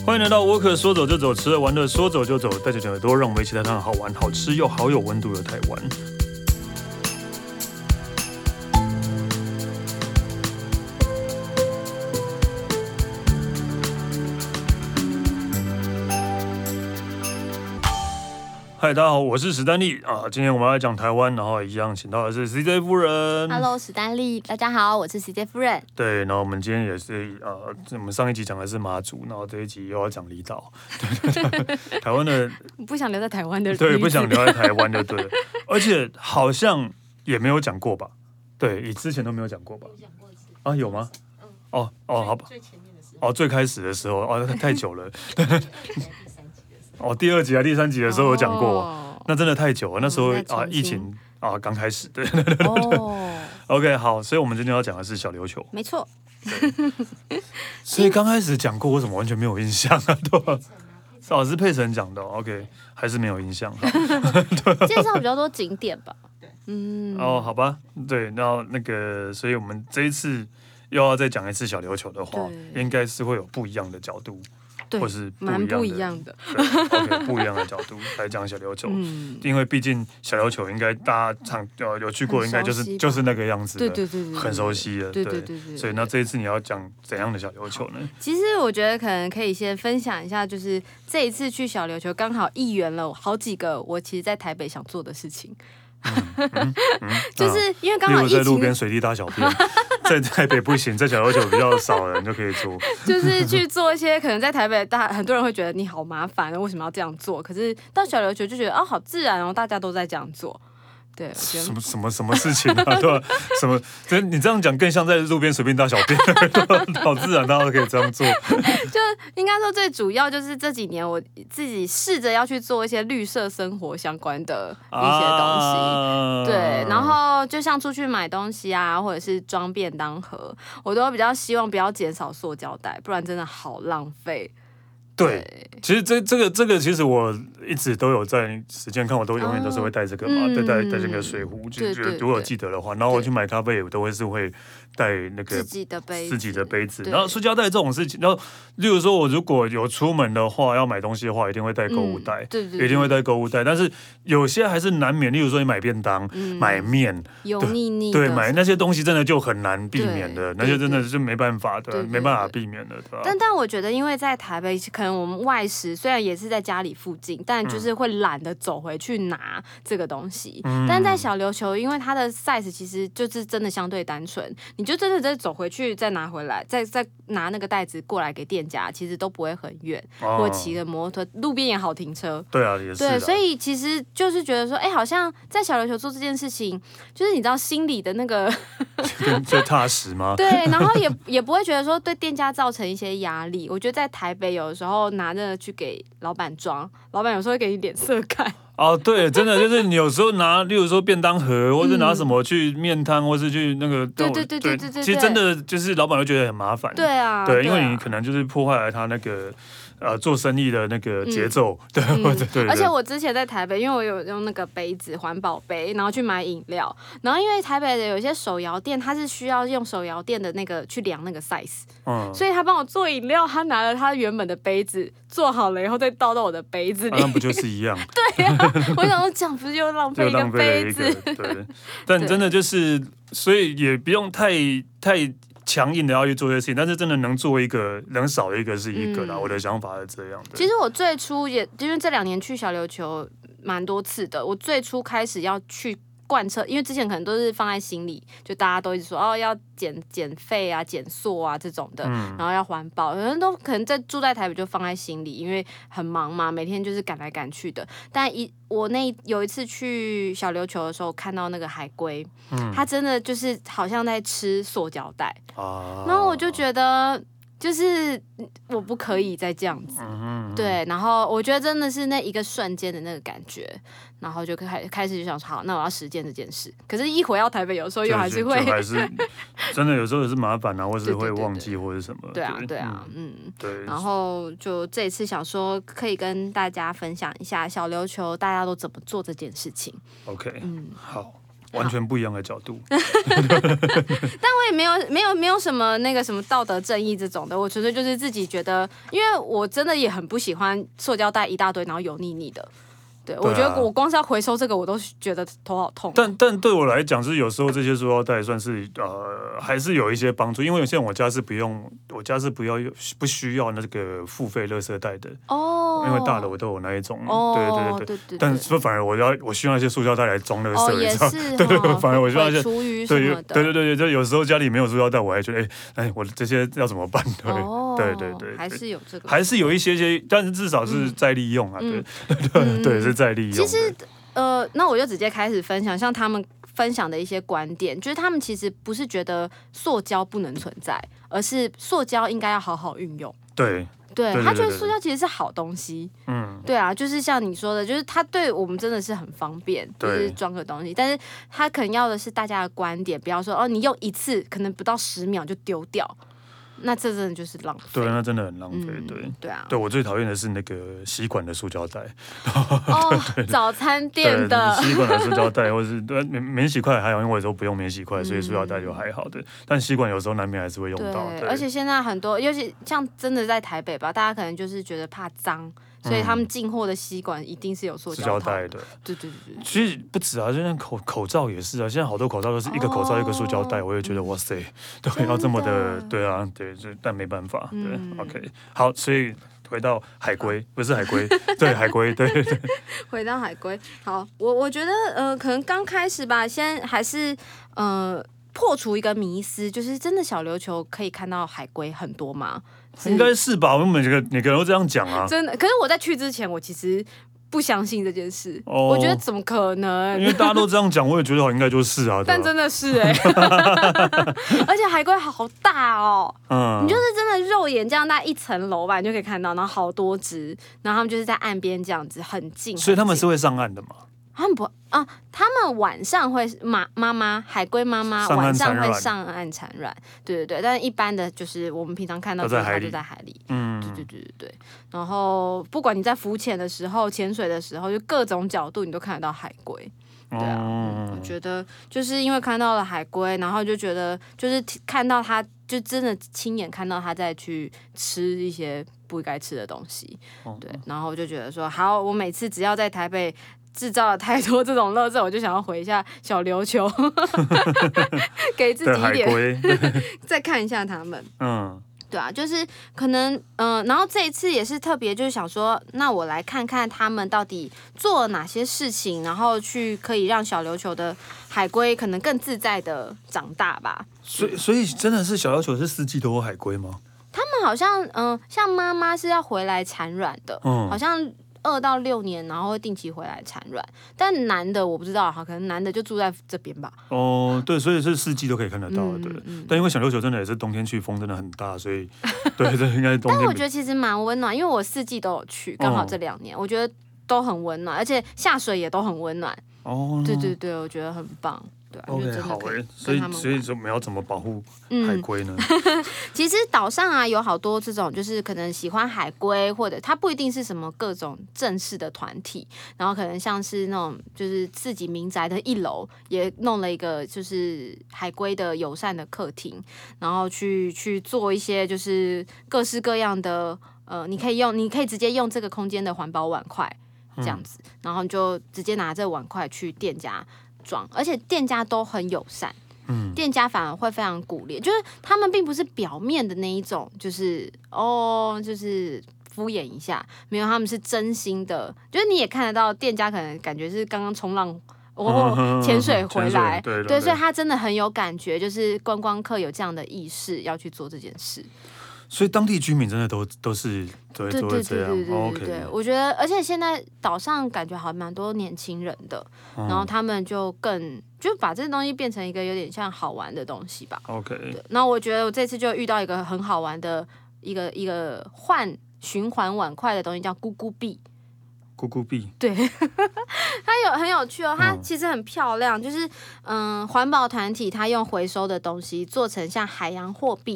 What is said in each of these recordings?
欢迎来到沃克，说走就走，吃了玩乐说走就走，带着耳朵，让我们一起来看好玩、好吃又好有温度的台湾。嗨，大家好，我是史丹利啊。今天我们要来讲台湾，然后一样请到的是 CJ 夫人。 Hello， 史丹利，大家好，我是 CJ 夫人。 对，然后我们今天也是我们上一集讲的是马祖，然后这一集又要讲离岛。对，台湾的不想留在台湾的， 对，不想留在台湾就对了。而且好像也没有讲过吧？对，你之前都没有讲过吧？有讲过一次啊？有吗？哦，好吧。最前面的时候。哦，最开始的时候，哦，太久了。对。哦，第二集啊，第三集的时候有讲过，那真的太久了。那时候疫情刚开始，对。OK， 好，所以我们今天要讲的是小琉球， 没错。 所以刚开始讲过，我怎么完全没有印象啊？对吧？是佩晨讲的 ，OK， 还是没有印象。 介绍比较多景点吧。 好吧，对，然后所以我们这一次又要再讲一次小琉球的话，应该是会有不一样的角度。或是蛮不一样的 ，OK， 不一样的角度来讲小琉球，因为毕竟小琉球应该大家有去过，应该就是那个样子的，对，很熟悉的，对。所以那这一次你要讲怎样的小琉球呢？ 其实我觉得可能可以先分享一下，就是这一次去小琉球刚好一圆了好几个我其实在台北想做的事情。就是因为刚好疫情， 在路边随地大小便，在台北不行，在小琉球比较少人就可以做。 就是去做一些可能在台北很多人会觉得你好麻烦，为什么要这样做？可是到小琉球就觉得好自然哦，大家都在这样做。对， 什么事情啊？对吧？什么？你这样讲更像在路边随便大小便，好自然，大家都可以这样做。 就应该说最主要就是这几年我自己试着要去做一些绿色生活相关的一些东西，对。然后就像出去买东西啊，或者是装便当盒，我都比较希望不要减少塑胶袋，不然真的好浪费。 对，其实这个，其实我一直都有在实践看，我都永远都是会带这个嘛，带这个水壶，就觉得如果记得的话，然后我去买咖啡，我都会带那个自己的杯子，然后塑胶袋这种事情，然后例如说我如果有出门的话，要买东西的话，一定会带购物袋，一定会带购物袋，但是有些还是难免，例如说你买便当、买面， 油腻腻， 对，买那些东西真的就很难避免的，那些真的是没办法的，没办法避免的，对吧？ 但我觉得，因为在台北可能我们外食虽然也是在家里附近，但就是会懒得走回去拿这个东西。但在小琉球，因为它的 size 其实就是真的相对单纯，你就真的再走回去，再拿回来，再拿那个袋子过来给店家，其实都不会很远。或骑个摩托车，路边也好停车。 对啊，也是。 对，所以其实就是觉得说，好像在小琉球做这件事情，就是你知道心里的那个最踏实吗？ 对，然后也不会觉得说对店家造成一些压力。我觉得在台北有的时候拿着去给老板装，老板有时候会给你脸色看。 哦，对，真的就是你有时候拿，例如说便当盒，或者拿什么去面摊，或是去那个， 对， 其实真的就是老板会觉得很麻烦。 对啊， 对，因为你可能就是破坏了他那个做生意的那个节奏。对。 而且我之前在台北，因为我有用那个杯子环保杯，然后去买饮料，然后因为台北的有一些手摇店，它是需要用手摇店的那个去量那个 size，所以他帮我做饮料，他拿了他原本的杯子做好了以后再倒到我的杯子里， 那不就是一样？ 对呀。我想说，这样不是又浪费一个杯子？ 对，但真的就是，所以也不用太强硬的要去做这些事情，但是真的能做一个，能少一个是一个啦。我的想法是这样的。 其实我最初也因为这2年去小琉球蛮多次的，我最初开始要去贯彻，因为之前可能都是放在心里，就大家都一直说要减废啊、减塑啊这种的，然后要环保，有人都可能住在台北就放在心里，因为很忙嘛，每天就是赶来赶去的。但我有一次去小琉球的时候，看到那个海龟，它真的就是好像在吃塑胶袋，然后我就觉得。就是我不可以再这样子，对，然后我觉得真的是那一个瞬间的那个感觉，然后就开始就想说，好，那我要实践这件事。可是，一回到台北，有时候又还是会， 还是真的有时候也是麻烦啊，或是会忘记或者什么。 对啊，对。然后就这一次想说，可以跟大家分享一下小琉球大家都怎么做这件事情。 OK，好。 完全不一样的角度。 但我也没有什么那个什么道德正义这种的，我纯粹就是自己觉得，因为我真的也很不喜欢塑胶袋一大堆，然后油腻腻的。对，我觉得我光是要回收这个，我都觉得头好痛。 但对我来讲，是有时候这些塑料袋算是还是有一些帮助，因为像我家是不需要那个付费垃圾袋的哦，因为大楼都有那一种。哦，对。但是反而我需要那些塑胶袋来装垃圾， 也是。 对，反而我需要那些厨余什么的。 对，就有时候家里没有塑胶袋，我还觉得我这些要怎么办？对， 还是有这个， 还是有一些，但是至少是再利用啊。对，是再利用。 其实那我就直接开始分享，像他们分享的一些观点，就是他们其实不是觉得塑胶不能存在，而是塑胶应该要好好运用。 对， 他觉得塑胶其实是好东西。对啊，就是像你说的，就是它对我们真的是很方便，就是装个东西，但是他可能要的是大家的观点，不要说你用一次可能不到10秒就丢掉。那这真的就是浪费。 对，那真的很浪费。 对啊。 对，我最讨厌的是那个吸管的塑胶袋。 早餐店的吸管的塑胶袋，或是免洗筷还好，因为我有时候不用免洗筷，所以塑胶袋就还好的。但吸管有时候难免还是会用到。 对，而且现在很多，尤其像真的在台北吧，大家可能就是觉得怕脏。所以他们进货的吸管一定是有塑胶袋的。对。 其实不止啊，就像口罩也是啊，现在好多口罩都是一个口罩一个塑胶袋，我也觉得哇塞，都要这么的，对啊，对，但没办法，对 ，OK， 好，所以回到海龟，不是海龟，对，海龟，对。 回到海龟，好，我觉得可能刚开始吧，先还是破除一个迷思，就是真的小琉球可以看到海龟很多吗？ 应该是吧，我们每个人都这样讲啊。 真的，可是我在去之前，我其实不相信这件事。我觉得怎么可能？ 因为大家都这样讲，我也觉得应该就是啊。 但真的是而且海龟好大哦。你就是真的肉眼这样大1层楼吧，你就可以看到，然后好多只，然后他们就是在岸边这样子很近。 所以他们是会上岸的吗？ 他们不啊，他们晚上会海龟妈妈晚上会上岸产卵，对，但是一般的就是我们平常看到它就在海里，对。然后不管你在浮潜的时候、潜水的时候，就各种角度你都看得到海龟。对啊，我觉得就是因为看到了海龟，然后就觉得就是看到它，就真的亲眼看到它再去吃一些不该吃的东西，对。然后我就觉得说，好，我每次只要在台北制造了太多这种垃圾，我就想要回一下小琉球，给自己一点，再看一下他们。对啊，就是可能然后这一次也是特别，就是想说，那我来看看他们到底做了哪些事情，然后去可以让小琉球的海龟可能更自在的长大吧。 所以真的是小琉球是4季都有海龟吗？ 他们好像像妈妈是要回来产卵的，好像2到6年，然后会定期回来产卵。但男的我不知道哈，可能男的就住在这边吧。 对，所以是4季都可以看得到的。但因为小琉球真的也是冬天去，风真的很大，所以对，这应该是冬天。 但我觉得其实蛮温暖，因为我4季都有去，刚好这2年，我觉得都很温暖，而且下水也都很温暖。对，我觉得很棒。对啊， OK， 好所以我们要怎么保护海龟呢？ 其实岛上啊有好多这种，就是可能喜欢海龟，或者它不一定是什么各种正式的团体，然后可能像是那种就是自己民宅的1楼也弄了一个就是海龟的友善的客厅，然后去做一些就是各式各样的你可以直接用这个空间的环保碗筷这样子，然后你就直接拿这个碗筷去店家装，而且店家都很友善，店家反而会非常鼓励，就是他们并不是表面的那一种，就是就是敷衍一下，没有，他们是真心的，就是你也看得到店家可能感觉是刚刚冲浪潜水回来，对，所以他真的很有感觉，就是观光客有这样的意识要去做这件事。 所以当地居民真的都是都会这样。 对，我觉得，而且现在岛上感觉好蛮多年轻人的，然后他们就把这东西变成一个有点像好玩的东西吧。 OK， 然后我觉得我这次就遇到一个很好玩的一个循环碗筷的东西，叫咕咕币。 咕咕币， 对，它很有趣哦，它其实很漂亮，就是环保团体它用回收的东西做成像海洋货币。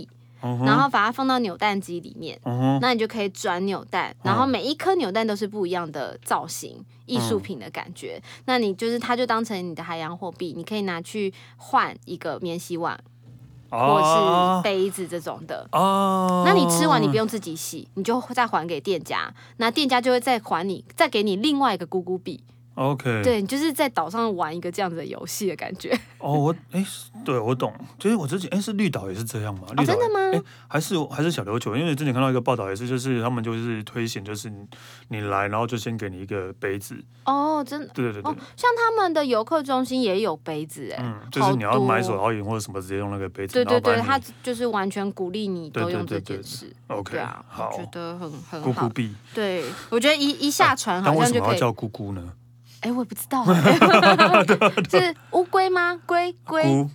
然后把它放到扭蛋机里面，那你就可以转扭蛋，然后每一颗扭蛋都是不一样的造型，艺术品的感觉。那你就是它就当成你的海洋货币，你可以拿去换一个免洗碗。或者是杯子这种的，那你吃完你不用自己洗，你就再还给店家，那店家就会再给你另外一个咕咕币。 OK， 对，你就是在岛上玩一个这样子的游戏的感觉。 对我懂，就是我之前是绿岛也是这样嘛？ 真的吗？ 还是小琉球？因为之前看到一个报道也是，就是他们就是推行，就是你来，然后就先给你一个杯子。 真的。 对。 像他们的游客中心也有杯子就是你要买手摇饮或者什么，直接用那个杯子。 对，他就是完全鼓励你都用这件事。 OK， 对啊， 好， 我觉得很好。 咕咕币。 对，我觉得一下船好像就可以。 但为什么要叫咕咕呢？ 我也不知道是乌龟吗？龟咕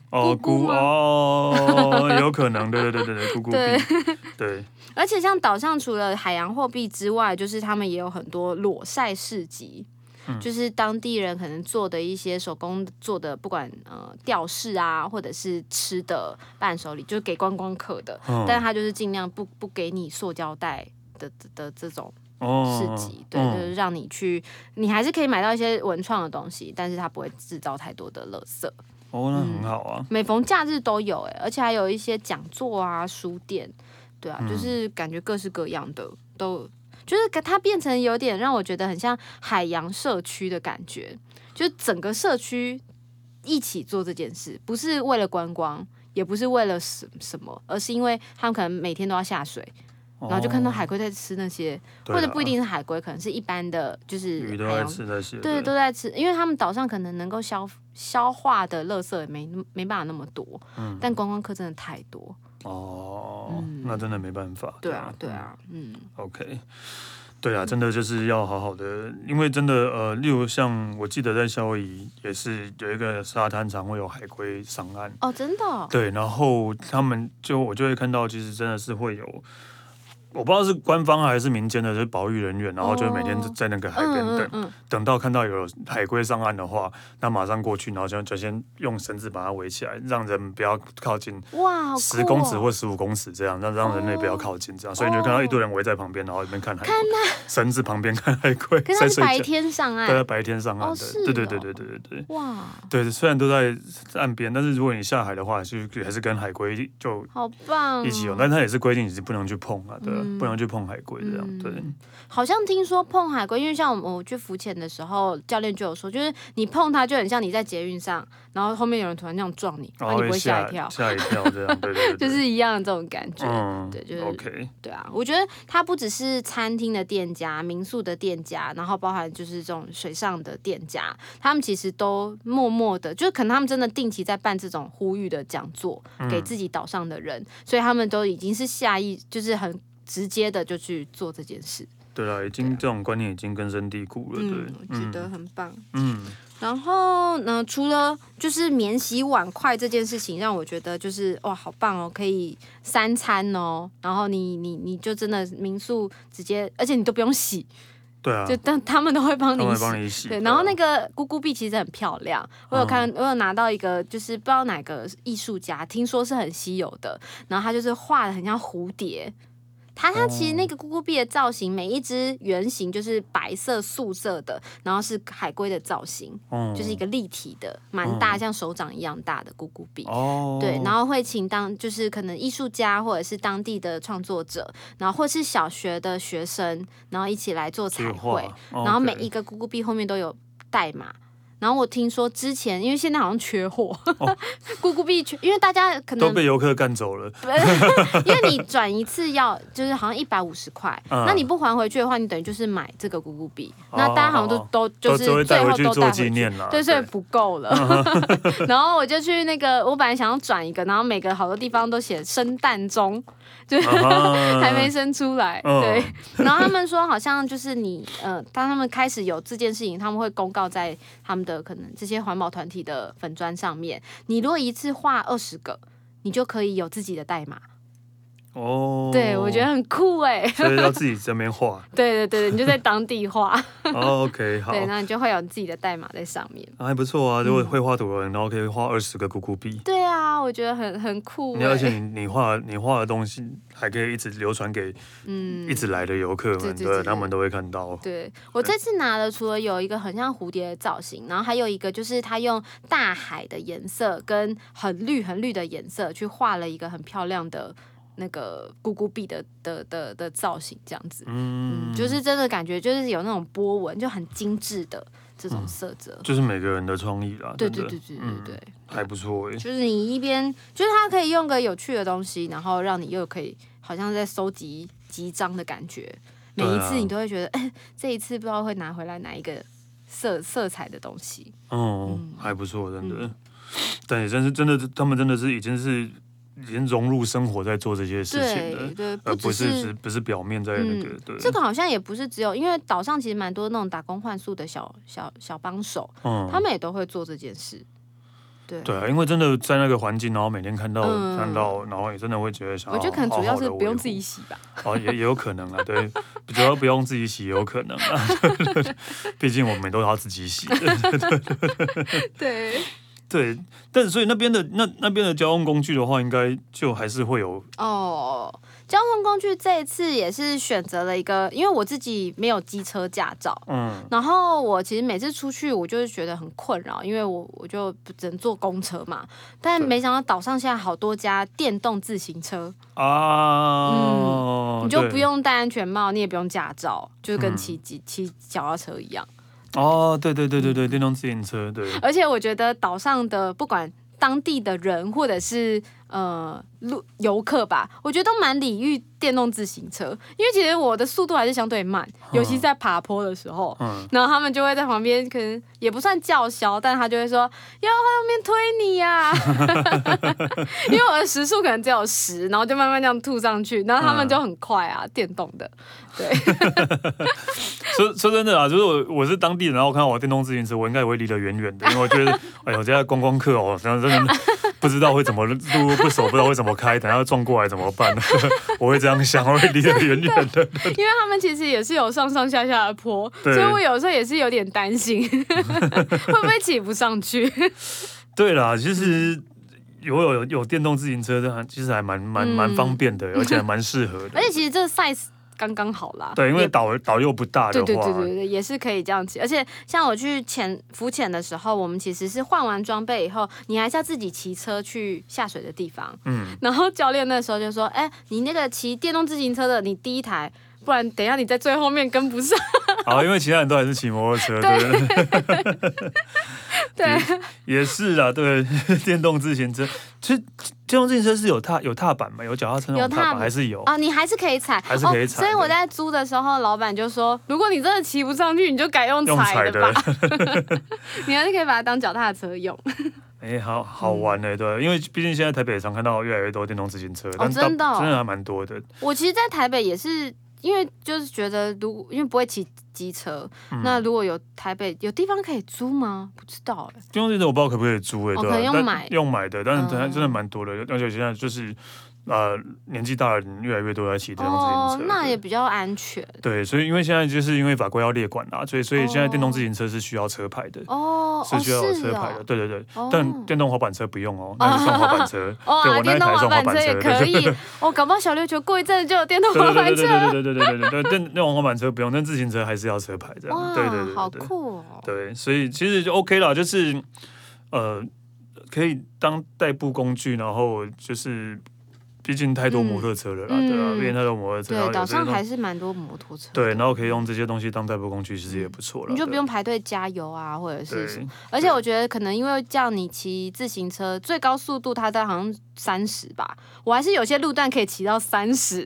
有可能，对，咕咕币，对。 而且像岛上除了海洋货币之外，就是他们也有很多裸晒市集，就是当地人可能做的一些手工做的，不管吊饰啊，或者是吃的伴手礼，就是给观光客的，但是他就是尽量不给你塑胶袋的这种。市集，对，就是让你去，你还是可以买到一些文创的东西，但是它不会制造太多的垃圾。 那很好啊。 每逢假日都有而且还有一些讲座啊、书店，对啊，就是感觉各式各样的都，就是它变成有点让我觉得很像海洋社区的感觉，就是整个社区一起做这件事，不是为了观光，也不是为了什么，而是因为他们可能每天都要下水。然后就看到海龟在吃那些，或者不一定是海龟，可能是一般的，就是鱼都在吃那些， 对，都在吃，因为他们岛上可能能够消化的垃圾也没办法那么多，但观光客真的太多。 那真的没办法。 对啊 ，OK。对啊，真的就是要好好的，因为真的例如像我记得在夏威夷也是有一个沙滩常会有海龟上岸。 真的。 对，然后我就会看到，其实真的是会有。我不知道是官方还是民间的，就是保育人员，然后就每天在那个海边等到看到有海龟上岸的话，那马上过去，然后就先用绳子把它围起来，让人不要靠近10公尺或15公尺这样，让人类不要靠近这样，所以你就看到一堆人围在旁边，然后一边看海龟，绳子旁边看海龟。 可是它是白天上岸， 对，白天上岸的，对。哇，对，虽然都在岸边，但是如果你下海的话，就还是跟海龟就好棒一起用，但它也是规定你是不能去碰啊，对。不能去碰海龟这样，对。 好像听说碰海龟，因为像我去浮潜的时候，教练就有说，就是你碰它就很像你在捷运上，然后后面有人突然这样撞你，然后你不会吓一跳这样，对， 就是一样的这种感觉，对，就是 OK， 对啊，我觉得它不只是餐厅的店家、民宿的店家，然后包含就是这种水上的店家，他们其实都默默的，就是可能他们真的定期在办这种呼吁的讲座，给自己岛上的人，所以他们都已经是就是很直接的就去做这件事。 对啦，这种观念已经根深蒂固了。对， 我觉得很棒。然后呢，除了就是免洗碗筷这件事情，让我觉得就是哇，好棒哦，可以3餐哦。然后你就真的民宿直接，而且你都不用洗。 对啊， 就他们都会帮你洗。 对，然后那个咕咕币其实很漂亮，我有拿到一个，就是不知道哪个艺术家，听说是很稀有的，然后他就是画的很像蝴蝶。它其实那个咕咕币的造型，每一只圆形就是白色素色的，然后是海龟的造型，就是一个立体的，蛮大，像手掌一样大的咕咕币。对，然后会请就是可能艺术家或者是当地的创作者，然后或是小学的学生，然后一起来做彩绘，然后每一个咕咕币后面都有代码。然后我听说之前，因为现在好像缺货，咕咕币因为大家可能都被游客干走了。 因为你转一次就是好像150块，那你不还回去的话，你等于就是买这个咕咕币，那大家好像都就是最后都带回去做纪念了， 对，所以不够了。然后我就去我本来想要转一个，然后每个好多地方都写生蛋中。就是还没生出来，对。然后他们说，好像就是当他们开始有这件事情，他们会公告在他们的可能这些环保团体的粉专上面。你如果一次画20个，你就可以有自己的代码。 哦， 对，我觉得很酷哎， 所以要自己这边画。 对对对，你就在当地画。 OK， 好。 对，那你就会有自己的代码在上面。 还不错啊，如果会画图的人，然后可以画20个咕咕币。 对啊，我觉得很酷。 而且你画的东西还可以一直流传给一直来的游客们，对，他们都会看到。 对，我这次拿的除了有一个很像蝴蝶的造型，然后还有一个就是他用大海的颜色跟很绿的颜色去画了一个很漂亮的那个咕咕币的造型，这样子，就是真的感觉就是有那种波纹，就很精致的这种色泽， 就是每个人的创意啦。 对， 还不错就是你一边就是它可以用个有趣的东西，然后让你又可以好像在收集集章的感觉，每一次你都会觉得，这一次不知道会拿回来哪一个色彩的东西。 还不错，真的。但也真的，他们真的是已经融入生活在做这些事情了， 对， 不是表面在那个。对， 这个好像也不是只有，因为岛上其实蛮多那种打工换宿的小帮手，他们也都会做这件事。对啊， 因为真的在那个环境，然后每天看到，然后也真的会觉得想要。 我觉得可能主要是不用自己洗吧。 也有可能啊，对，主要不用自己洗也有可能啊，毕竟我们都要自己洗。 对。 对，但是所以那边的交通工具的话，应该就还是会有交通工具这一次也是选择了一个，因为我自己没有机车驾照，然后我其实每次出去我就是觉得很困扰，因为我就只能坐公车嘛，但没想到岛上现在好多家电动自行车你就不用戴安全帽，你也不用驾照，就是跟骑脚踏车一样。 对，电动自行车，对。 而且我觉得岛上的不管当地的人或者是游客吧，我觉得都蛮礼遇电动自行车，因为其实我的速度还是相对慢，尤其是在爬坡的时候，然后他们就会在旁边，可能也不算叫嚣，但他就会说要后面推你呀，因为我的时速可能只有10，然后就慢慢这样吐上去，然后他们就很快啊，电动的，对。 说真的啊，就是我是当地人，然后看到我电动自行车，我应该也会离得远远的，因为我觉得，哎呦，这些观光客真的不知道会怎么路不熟，不知道会怎么开，等下撞过来怎么办？我会这样想，我会离得远远的。 因为他们其实也是有上下的坡，所以我有时候也是有点担心，会不会骑不上去？ 对啦，其实有电动自行车，其实还蛮方便的，而且还蛮适合的。 而且其实这个 size。刚刚好啦， 对，因为岛又不大的话， 对，也是可以这样骑。而且像我去浮潜的时候，我们其实是换完装备以后，你还是要自己骑车去下水的地方。然后教练那时候就说：“你那个骑电动自行车的，你第一台，不然等一下你在最后面跟不上。” 因为其他人都还是骑摩托车，对，也是啦，对，电动自行车，其实电动自行车是有踏板吗？有脚踏车那种踏板还是有？ 你还是可以踩， 还是可以踩。 所以我在租的时候，老板就说，如果你真的骑不上去，你就改用踩的吧，你还是可以把它当脚踏车用。 好玩的，对，因为毕竟现在台北常看到越来越多电动自行车， 真的还蛮多的。 我其实，在台北也是。因为就是觉得，因为不会骑机车，那如果有台北有地方可以租吗？不知道电动自行车我不知道可不可以租对， 可以用买的，但是真的蛮多的，而且现在就是年纪大的人越来越多在骑电动自行车， 那也比较安全。 对，所以因为现在就是因为法规要列管啦，所以现在电动自行车是需要车牌的，是需要有车牌的，对。但电动滑板车不用那就算滑板车。对，我那一台算滑板车也可以。搞不好小琉球过一阵子就有电动滑板车。 对，电动滑板车不用，但自行车还是要车牌这样。对， 好酷哦。 对，所以其实就 OK 啦，就是可以当代步工具，然后就是。毕竟太多摩托车了啦，对啊，毕竟太多摩托车。 对，岛上还是蛮多摩托车。 对，然后可以用这些东西当代步工具，其实也不错了。 你就不用排队加油啊，或者是什么。而且我觉得可能因为叫你骑自行车，最高速度它在好像30吧，我还是有些路段可以骑到30。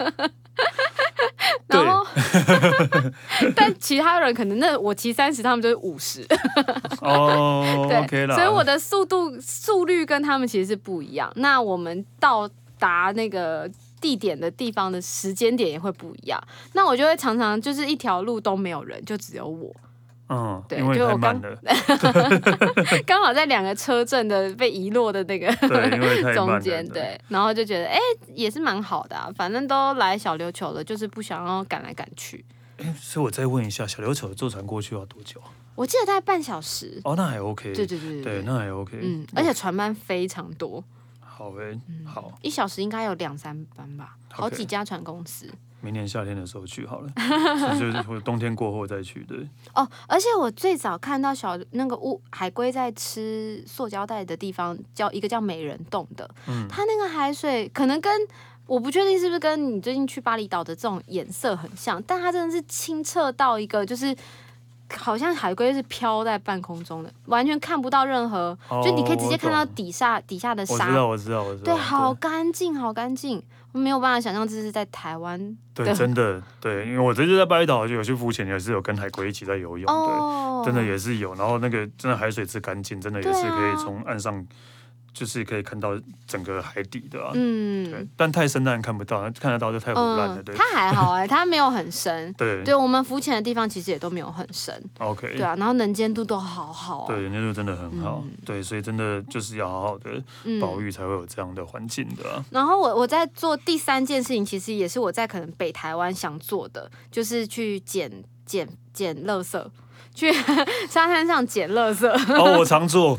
然后，但其他人可能我骑30，他们就是50。对 ，OK 啦。 所以我的速率跟他们其实是不一样。那我们到达那个地点的地方的时间点也会不一样，那我就会常常就是一条路都没有人，就只有我， 对， 因为太慢了， 刚好在2个车阵的被遗落的那个对，因为太慢了中间，对，然后就觉得也是蛮好的啊，反正都来小琉球了，就是不想要赶来赶去。 所以我再问一下，小琉球坐船过去要多久啊？ 我记得大概半小时。 那还 OK。 对， 那还 OK。 而且船班非常多。 好好 ，1小时应该有2-3班吧，好几家船公司。 明年夏天的时候去好了，就是冬天过后再去的。 而且我最早看到那个海龟在吃塑胶袋的地方，一个叫美人洞的，它那个海水可能我不确定是不是跟你最近去巴厘岛的这种颜色很像，但它真的是清澈到一个就是好像海龟是飘在半空中的，完全看不到任何，就你可以直接看到底下的沙。 我知道。 对，好干净，我没有办法想象这是在台湾。 对，真的对，因为我这次在巴厘岛就有去浮潜，也是有跟海龟一起在游泳，对，真的也是有。然后那个真的海水是干净，真的也是可以从岸上。就是可以看到整个海底的对，但太深当然看不到，看得到就太腐烂了，对。 它还好它没有很深， 对， 我们浮潜的地方其实也都没有很深 ，OK， 对啊，然后能见度都好好对，能见度真的很好，对，所以真的就是要好好的保育，才会有这样的环境的然后我在做第3件事情，其实也是我在可能北台湾想做的，就是去捡垃圾。去沙滩上捡垃圾我常做，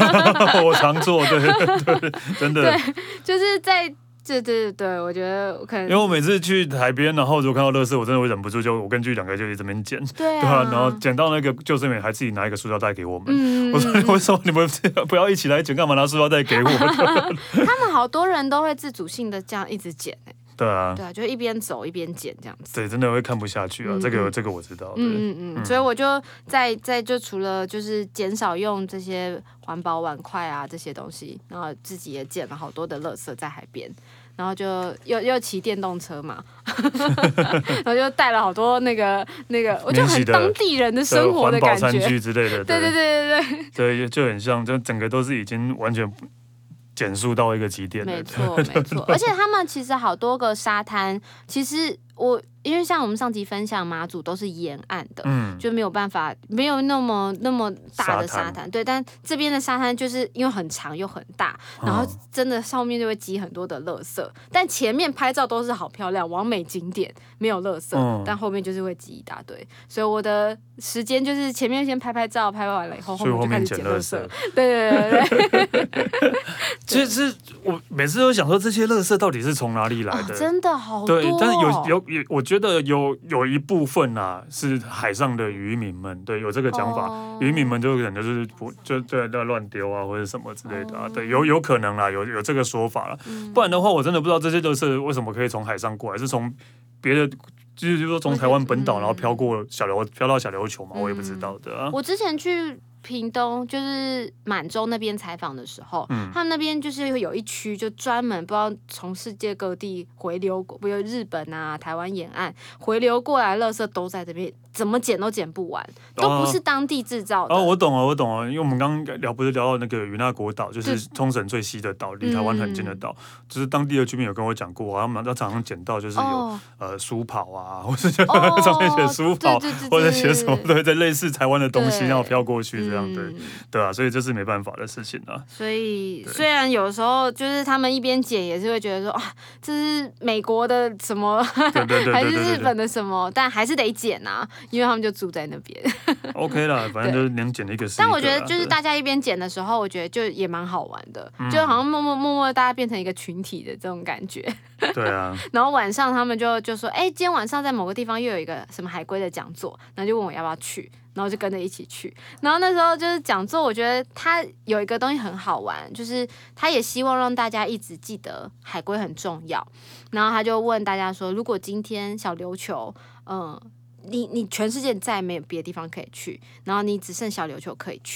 对，真的， 对，就是在对，我觉得我可能因为我每次去海边，然后如果看到垃圾，我真的会忍不住我跟2个就一直这边捡， 对啊，然后捡到那个救生员还自己拿一个塑料袋给我们，我说为什么你们不要一起来捡，干嘛拿塑料袋给我？ 他们好多人都会自主性的这样一直捡对啊， 就一边走一边捡这样子。 对，真的会看不下去啊，这个我知道。 所以我就就除了就是减少用这些环保碗筷啊这些东西，然后自己也捡了好多的垃圾在海边，然后就又骑电动车嘛，然后就带了好多那个，我就很当地人的生活的感觉， 环保餐具之类的。 对， 就很像，就整个都是已经完全。减速到一个极点， 没错，而且他们其实好多个沙滩，其实因为像我们上集分享马祖都是沿岸的，就没有办法，没有那么大的沙滩，对，但这边的沙滩就是因为很长又很大，然后真的上面就会积很多的垃圾，但前面拍照都是好漂亮，完美景点没有垃圾，但后面就是会积一大堆，所以我的时间就是前面先拍照，拍完了以后，后面就开始捡垃圾，对。 其实我每次都想说，这些垃圾到底是从哪里来的？ 真的好多。 对，但我觉得有一部分啊是海上的渔民们，对，有这个讲法，渔民们就可能就是在乱丢啊或者什么之类的对，有可能啦，有这个说法啦，不然的话我真的不知道这些垃圾为什么可以从海上过来，是从别的。就是说从台湾本岛然后飘到小琉球嘛，我也不知道的我之前去屏东就是满洲那边采访的时候，他们那边就是有一区就专门不知道从世界各地回流，比如日本啊、台湾沿岸回流过来，垃圾都在这边，怎么捡都捡不完，都不是当地制造的。 我懂了，因为我们刚刚不是聊到那个与那国岛，就是冲绳最西的岛，离台湾很近的岛，就是当地的居民有跟我讲过，他们常常捡到就是有书跑啊，或者上面写书跑，或者写什么对，类似台湾的东西然后飘过去。这样对啊，所以这是没办法的事情啊。 所以虽然有时候就是他们一边捡也是会觉得说啊，这是美国的什么，还是日本的什么，但还是得捡啊，因为他们就住在那边。 OK 啦，反正就是能捡的一个是一个。 但我觉得就是大家一边捡的时候，我觉得就也蛮好玩的，就好像默默大家变成一个群体的这种感觉。 对啊。 然后晚上他们就说，今天晚上在某个地方又有一个什么海龟的讲座，然后就问我要不要去。然后就跟着一起去，然后那时候就是讲座，我觉得他有一个东西很好玩，就是他也希望让大家一直记得海龟很重要。然后他就问大家说，如果今天小琉球，你全世界再也没有别的地方可以去，然后你只剩小琉球可以去，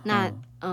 那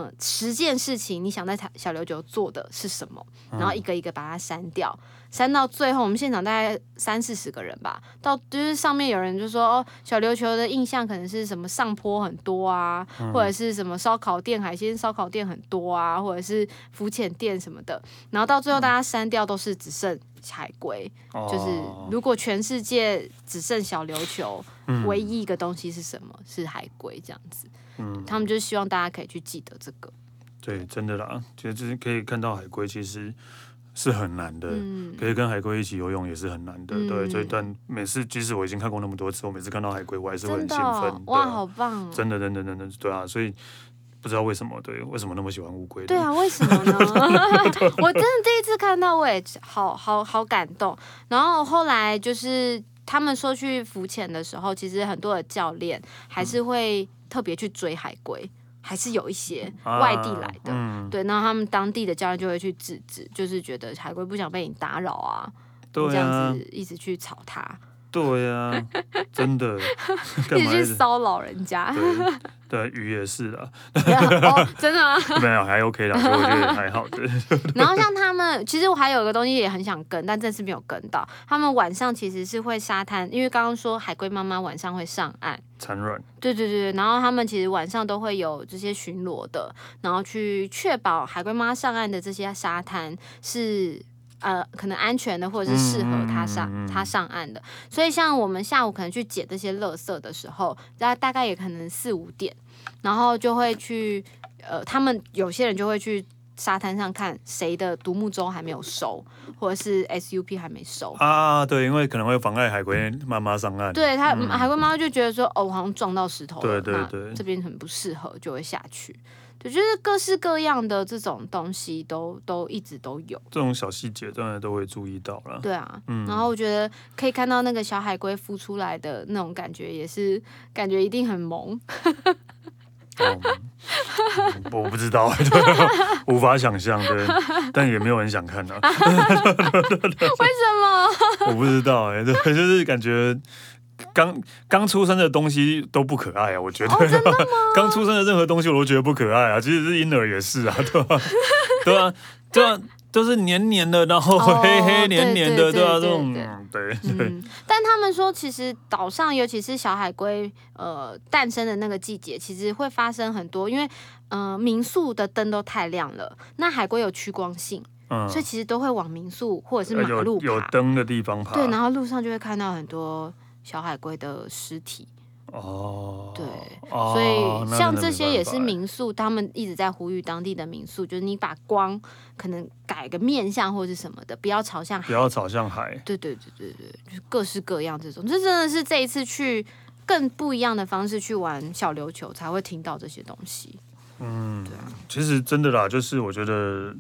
10件事情你想在小琉球做的是什么？然后一个一个把它删掉，删到最后，我们现场大概30-40个人吧。到就是上面有人就说，哦，小琉球的印象可能是什么上坡很多啊，或者是什么烧烤店、海鲜烧烤店很多啊，或者是浮潜店什么的。然后到最后大家删掉都是只剩海龟，就是如果全世界只剩小琉球，唯一一个东西是什么？是海龟这样子。他们就是希望大家可以去记得这个。 对，真的啦，就是可以看到海龟其实是很难的，可以跟海龟一起游泳也是很难的。对，所以但每次即使我已经看过那么多次，我每次看到海龟我还是会很兴奋。 哇，好棒！ 真的，对啊，所以不知道为什么，对，为什么那么喜欢乌龟？ 对啊，为什么呢？我真的第一次看到，我也好感动。然后后来就是他们说去浮潜的时候，其实很多的教练还是会特别去追海龟，还是有一些外地来的，对，然后他们当地的教练就会去制止，就是觉得海龟不想被你打扰啊， 对啊， 这样子一直去吵他， 对呀、啊，真的， 一直去骚扰人家。 对，鱼也是啊。 哦，真的吗？ 没有，还 OK 啦，我觉得还好的。 然后像他们，其实我还有一个东西也很想跟，但这次没有跟到。他们晚上其实是会沙滩，因为刚刚说海龟妈妈晚上会上岸产卵。 对，然后他们其实晚上都会有这些巡逻的，然后去确保海龟妈上岸的这些沙滩是。可能安全的，或者是适合他上岸的，所以像我们下午可能去捡这些垃圾的时候，大概也可能4-5点，然后就会去，他们有些人就会去沙滩上看谁的独木舟还没有收，或者是 SUP 还没收啊，对，因为可能会妨碍海龟妈妈上岸。 对他，海龟妈妈就觉得说，哦，我好像撞到石头了， 对， 这边很不适合，就会下去。对，就是各式各样的这种东西都一直都有， 这种小细节当然都会注意到了。 对啊，然后我觉得可以看到那个小海龟孵出来的那种感觉，也是感觉一定很萌。 我不知道，无法想象，对，但也没有人想看啊。 为什么？ 我不知道，对，就是感觉。刚出生的东西都不可爱啊，我觉得。 真的吗？ 刚出生的任何东西我都觉得不可爱啊，其实是婴儿也是啊，对吧？对啊，都是黏黏的，然后黑黑黏黏的，对啊，这种对。 但他们说，其实岛上尤其是小海龟诞生的那个季节，其实会发生很多，因为民宿的灯都太亮了，那海龟有趋光性。所以其实都会往民宿或者是马路有灯的地方爬。 对，然后路上就会看到很多小海龟的尸体。对，所以像这些也是民宿，他们一直在呼吁当地的民宿，就是你把光可能改个面向或者什么的，不要朝向海。 不要朝向海。对， 就是各式各样这种，这真的是这一次去更不一样的方式去玩小琉球才会听到这些东西。对啊， 其实真的啦，就是我觉得。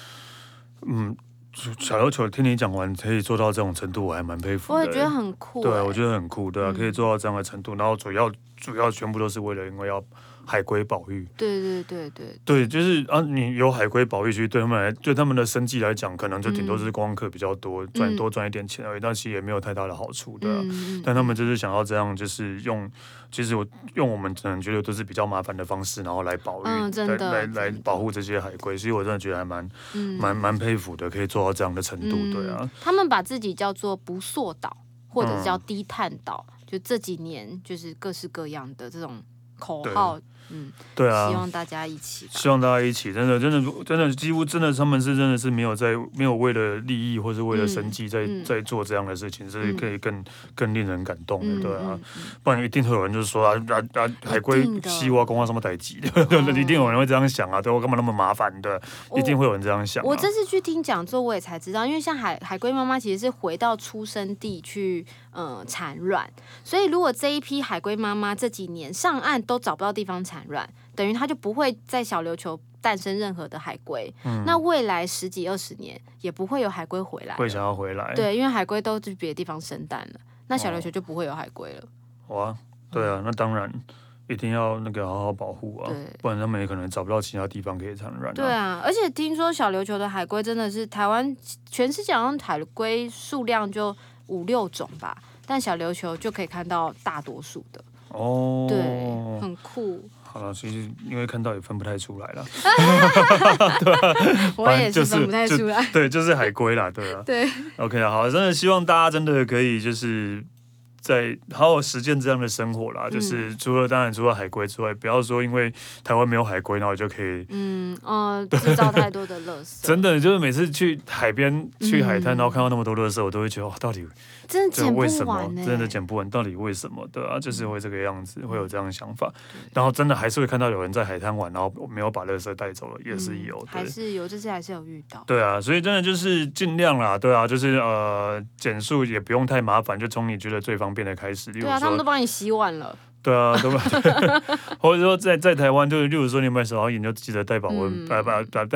小琉球听你讲完可以做到这种程度，我还蛮佩服的。 我也觉得很酷。 对，我觉得很酷，对啊，可以做到这样的程度，然后主要全部都是为了因为要海龟保育。对，就是啊，你有海龟保育区，对他们的生计来讲，可能就顶多是观光客比较多，多赚一点钱而已，但其实也没有太大的好处，对啊。但他们就是想要这样，就是其实用我们可能觉得都是比较麻烦的方式，然后来保育，来保护这些海龟，所以我真的觉得还蛮佩服的，可以做到这样的程度，对啊。 他们把自己叫做不塑岛，或者叫低碳岛，就这几年就是各式各样的这种口号。 对啊， 希望大家一起， 真的几乎真的他们是真的是没有为了利益或是为了生计在做这样的事情，是可以更令人感动的，对啊，不然一定会有人就是说海龟西瓜公啊什么代际的，一定有人会这样想啊，对我干嘛那么麻烦的，一定会有人这样想。 我这次去听讲座，我也才知道，因为像海龟妈妈其实是回到出生地去产卵，所以如果这一批海龟妈妈这几年上岸都找不到地方产卵，等于它就不会在小琉球诞生任何的海龟。那未来10几20年也不会有海龟回来， 会想要回来。 对，因为海龟都去别的地方生蛋了，那小琉球就不会有海龟了。 哇，对啊，那当然一定要好好保护啊，不然他们也可能找不到其他地方可以产卵。 对啊，而且听说小琉球的海龟真的是台湾全世界好像海龟数量就5-6种吧，但小琉球就可以看到大多数的。对，很酷。 好了，其实因为看到也分不太出来了。 对啊，我也是分不太出来。 对，就是海龟啦，对啊。 对 ，OK 啊，好，真的希望大家真的可以就是在好好实践这样的生活啦。就是当然除了海龟之外，不要说因为台湾没有海龟，然后就可以制造太多的垃圾。 真的就是每次去海边、去海滩，然后看到那么多垃圾，我都会觉得到底。 真的捡不完真的捡不完，到底为什么？对啊，就是会这个样子，会有这样的想法。然后真的还是会看到有人在海滩玩，然后没有把垃圾带走了，也是有， 还是有，这次还是有遇到。 对啊，所以真的就是尽量啦，对啊，就是减速也不用太麻烦，就从你觉得最方便的开始。 对啊，他们都帮你洗碗了。 对啊，对吧？或者说在台湾，就是例如说你买手摇饮，就记得带保温，带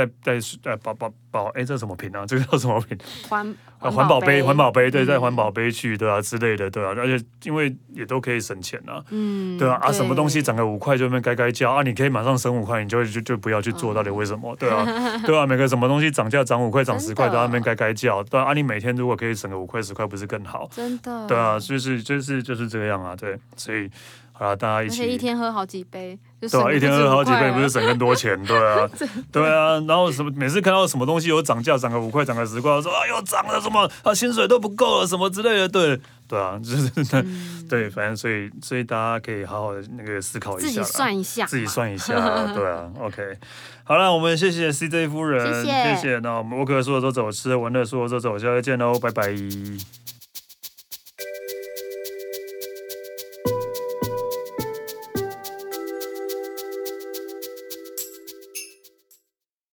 这什么瓶啊？这个叫什么瓶？环保杯，对，带环保杯去，对啊之类的，对啊，而且因为也都可以省钱啊，对啊，什么东西涨个5块就那边该叫啊，你可以马上省5块，你就不要去做，到底为什么？对啊，对啊，每个什么东西涨价涨5块涨10块，都在那边该叫，对啊，你每天如果可以省个5块10块，不是更好？ 真的， 对啊，就是这个样啊，对，所以。啊，大家一起， 而且一天喝好几杯， 对啊，一天喝好几杯，不是省更多钱？对啊，对啊。然后每次看到什么东西有涨价，涨个5块，涨个10块，说又涨了什么薪水都不够了什么之类的，对啊，就是对，反正所以大家可以好好的那个思考一下， 自己算一下，对啊 ，OK。好了，我们谢谢 CJ 夫人，谢谢。那我们沃克说走走，吃玩乐说走走，下次见喽，拜拜。